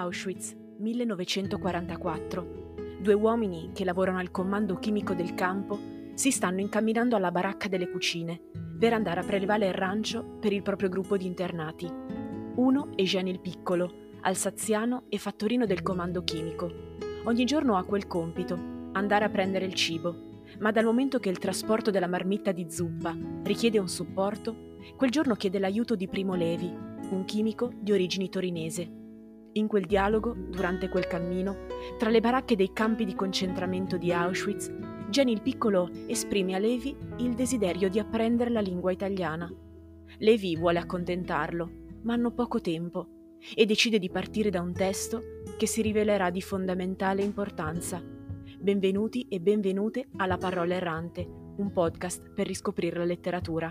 Auschwitz, 1944. Due uomini che lavorano al comando chimico del campo si stanno incamminando alla baracca delle cucine per andare a prelevare il rancio per il proprio gruppo di internati. Uno è Jean il Piccolo, alsaziano e fattorino del comando chimico. Ogni giorno ha quel compito, andare a prendere il cibo, ma dal momento che il trasporto della marmitta di zuppa richiede un supporto, quel giorno chiede l'aiuto di Primo Levi, un chimico di origini torinese. In quel dialogo, durante quel cammino, tra le baracche dei campi di concentramento di Auschwitz, Jean il Piccolo esprime a Levi il desiderio di apprendere la lingua italiana. Levi vuole accontentarlo, ma hanno poco tempo, e decide di partire da un testo che si rivelerà di fondamentale importanza. Benvenuti e benvenute alla Parola Errante, un podcast per riscoprire la letteratura.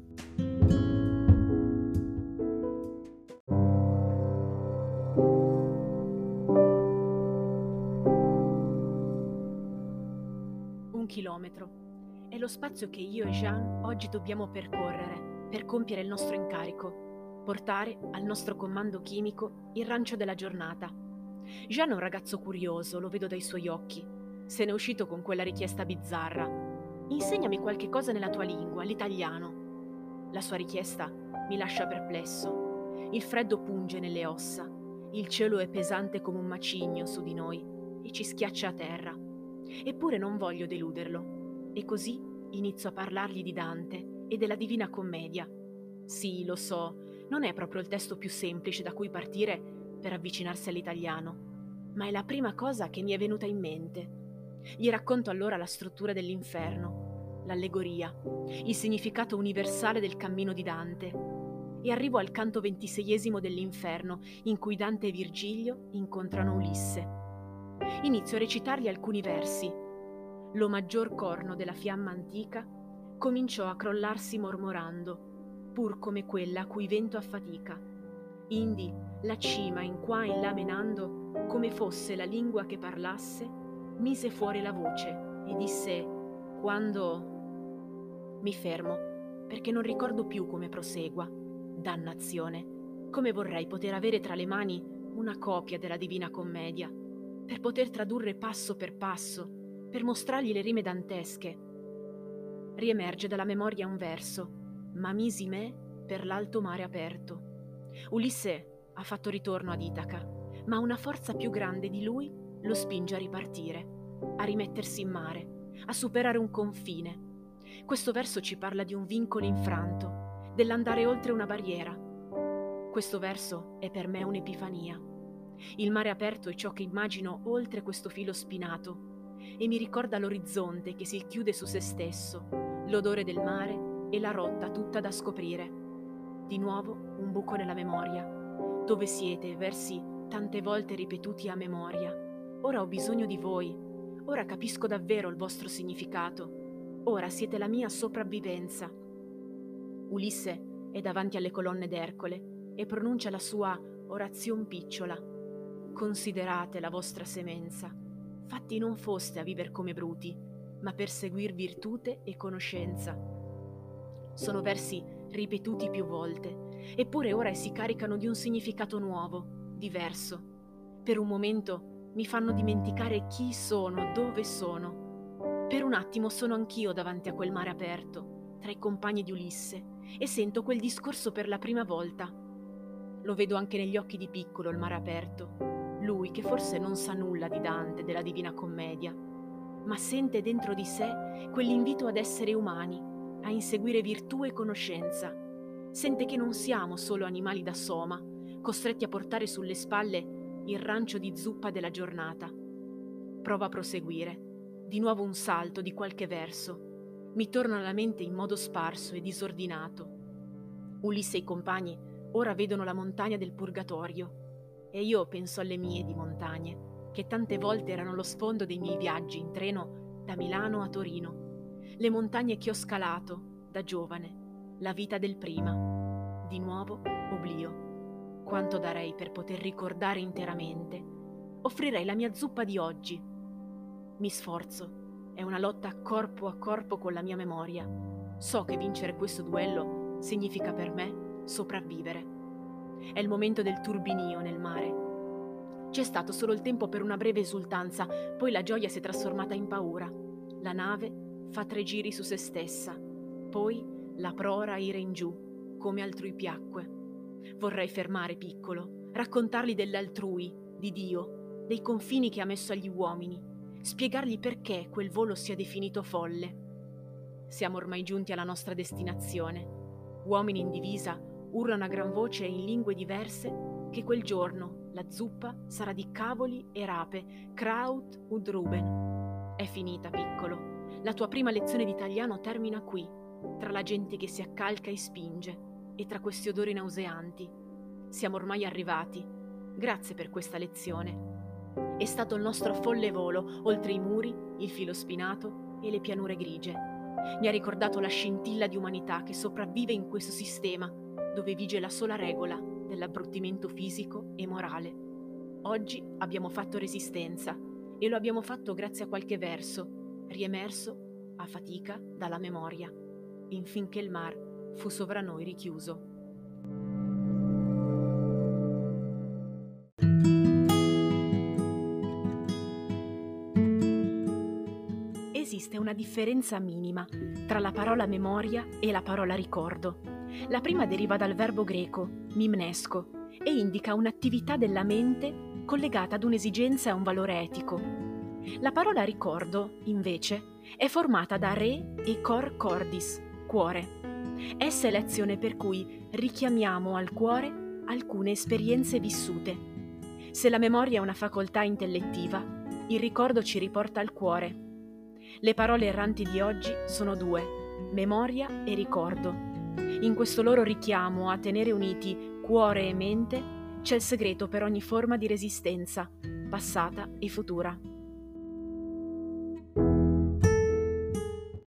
Un chilometro. È lo spazio che io e Jean oggi dobbiamo percorrere per compiere il nostro incarico, portare al nostro comando chimico il rancio della giornata. Jean è un ragazzo curioso, lo vedo dai suoi occhi. Se n'è uscito con quella richiesta bizzarra. Insegnami qualche cosa nella tua lingua, l'italiano. La sua richiesta mi lascia perplesso. Il freddo punge nelle ossa. Il cielo è pesante come un macigno su di noi e ci schiaccia a terra. Eppure non voglio deluderlo. E così inizio a parlargli di Dante e della Divina Commedia. Sì, lo so, non è proprio il testo più semplice da cui partire per avvicinarsi all'italiano, ma è la prima cosa che mi è venuta in mente. Gli racconto allora la struttura dell'inferno, l'allegoria, il significato universale del cammino di Dante e arrivo al canto 26esimo dell'inferno in cui Dante e Virgilio incontrano Ulisse. Inizio a recitargli alcuni versi. Lo maggior corno della fiamma antica cominciò a crollarsi mormorando, pur come quella a cui vento affatica. Indi la cima in qua e in là menando, come fosse la lingua che parlasse, mise fuori la voce e disse: quando... Mi fermo, perché non ricordo più come prosegua. Dannazione, come vorrei poter avere tra le mani una copia della Divina Commedia, per poter tradurre passo, per mostrargli le rime dantesche. Riemerge dalla memoria un verso: ma misi me per l'alto mare aperto. Ulisse ha fatto ritorno ad Itaca, ma una forza più grande di lui lo spinge a ripartire, a rimettersi in mare, a superare un confine. Questo verso ci parla di un vincolo infranto, dell'andare oltre una barriera. Questo verso è per me un'epifania. Il mare aperto è ciò che immagino oltre questo filo spinato e mi ricorda l'orizzonte che si chiude su se stesso, l'odore del mare e la rotta tutta da scoprire. Di nuovo un buco nella memoria. Dove siete, versi tante volte ripetuti a memoria. Ora ho bisogno di voi. Ora capisco davvero il vostro significato. Ora siete la mia sopravvivenza. Ulisse è davanti alle colonne d'Ercole e pronuncia la sua orazion picciola. Considerate la vostra semenza. Fatti non foste a viver come bruti, ma per seguir virtute e conoscenza. Sono versi ripetuti più volte, eppure ora si caricano di un significato nuovo, diverso. Per un momento mi fanno dimenticare chi sono, dove sono. Per un attimo sono anch'io davanti a quel mare aperto, tra i compagni di Ulisse, e sento quel discorso per la prima volta. Lo vedo anche negli occhi di Piccolo, il mare aperto. Lui che forse non sa nulla di Dante, della Divina Commedia, ma sente dentro di sé quell'invito ad essere umani, a inseguire virtù e conoscenza. Sente che non siamo solo animali da soma, costretti a portare sulle spalle il rancio di zuppa della giornata. Prova a proseguire. Di nuovo un salto di qualche verso. Mi torna alla mente in modo sparso e disordinato. Ulisse e i compagni ora vedono la montagna del Purgatorio e io penso alle mie di montagne, che tante volte erano lo sfondo dei miei viaggi in treno da Milano a Torino. Le montagne che ho scalato da giovane, la vita del prima. Di nuovo oblio. Quanto darei per poter ricordare interamente. Offrirei la mia zuppa di oggi. Mi sforzo. È una lotta corpo a corpo con la mia memoria. So che vincere questo duello significa per me sopravvivere. È il momento del turbinio nel mare. C'è stato solo il tempo per una breve esultanza, poi la gioia si è trasformata in paura. La nave fa 3 giri su se stessa, poi la prora ira in giù, come altrui piacque. Vorrei fermare Piccolo, raccontargli dell'altrui, di Dio, dei confini che ha messo agli uomini, spiegargli perché quel volo sia definito folle. Siamo ormai giunti alla nostra destinazione. Uomini in divisa urlano a gran voce e in lingue diverse che quel giorno la zuppa sarà di cavoli e rape, Kraut und Ruben. È finita, Piccolo. La tua prima lezione di italiano termina qui, tra la gente che si accalca e spinge, e tra questi odori nauseanti. Siamo ormai arrivati. Grazie per questa lezione. È stato il nostro folle volo, oltre i muri, il filo spinato e le pianure grigie. Mi ha ricordato la scintilla di umanità che sopravvive in questo sistema, dove vige la sola regola dell'abbruttimento fisico e morale. Oggi abbiamo fatto resistenza e lo abbiamo fatto grazie a qualche verso, riemerso a fatica dalla memoria, infinché il mar fu sovra noi richiuso. Esiste una differenza minima tra la parola memoria e la parola ricordo. La prima deriva dal verbo greco, mimnesco, e indica un'attività della mente collegata ad un'esigenza e a un valore etico. La parola ricordo, invece, è formata da re e cor cordis, cuore. Essa è l'azione per cui richiamiamo al cuore alcune esperienze vissute. Se la memoria è una facoltà intellettiva, il ricordo ci riporta al cuore. Le parole erranti di oggi sono 2, memoria e ricordo. In questo loro richiamo a tenere uniti cuore e mente c'è il segreto per ogni forma di resistenza, passata e futura.